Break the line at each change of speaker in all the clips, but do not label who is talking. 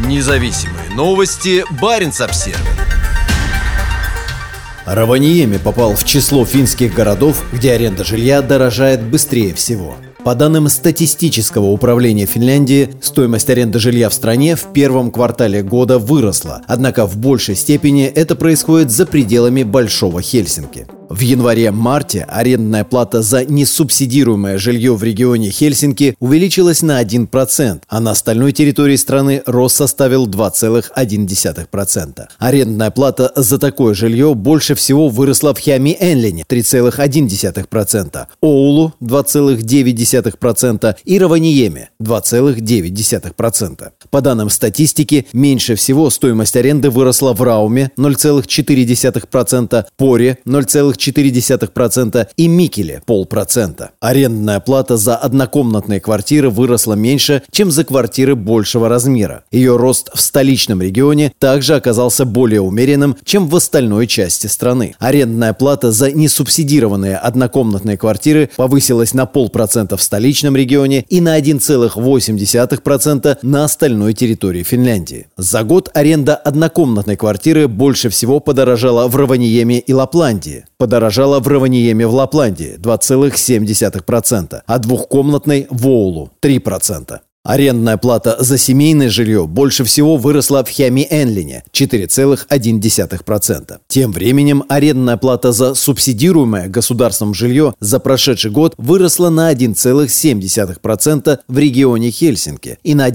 Независимые новости. Баренц-Обсервис.
Раваньеми попал в число финских городов, где аренда жилья дорожает быстрее всего. По данным статистического управления Финляндии, стоимость аренды жилья в стране в первом квартале года выросла, однако в большей степени это происходит за пределами Большого Хельсинки. В январе-марте арендная плата за несубсидируемое жилье в регионе Хельсинки увеличилась на 1%, а на остальной территории страны рост составил 2,1%. Арендная плата за такое жилье больше всего выросла в Хеми-Энлине – 3,1%, Оулу – 2,9% и Раваньеми – 2,9%. По данным статистики, меньше всего стоимость аренды выросла в Рауме – 0,4%, Поре – 0,4% и Микеле – 0,5%. Арендная плата за однокомнатные квартиры выросла меньше, чем за квартиры большего размера. Ее рост в столичном регионе также оказался более умеренным, чем в остальной части страны. Арендная плата за несубсидированные однокомнатные квартиры повысилась на 0,5% в столичном регионе и на 1,8% на остальной территории Финляндии. За год аренда однокомнатной квартиры больше всего подорожала в Раваньеми и Лапландии. Подорожала в Раваньеми в Лапландии – 2,7%, а двухкомнатной в Оулу – 3%. Арендная плата за семейное жилье больше всего выросла в Хеми-Энлине – 4,1%. Тем временем арендная плата за субсидируемое государством жилье за прошедший год выросла на 1,7% в регионе Хельсинки и на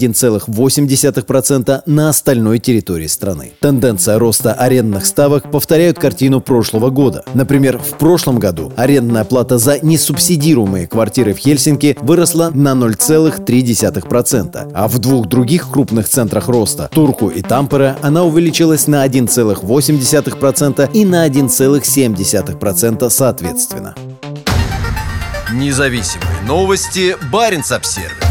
1,8% на остальной территории страны. Тенденция роста арендных ставок повторяет картину прошлого года. Например, в прошлом году арендная плата за несубсидируемые квартиры в Хельсинки выросла на 0,3%. А в двух других крупных центрах роста – Турку и Тампере – она увеличилась на 1,8% и на 1,7% соответственно.
Независимые новости. Баренц-Обсервис.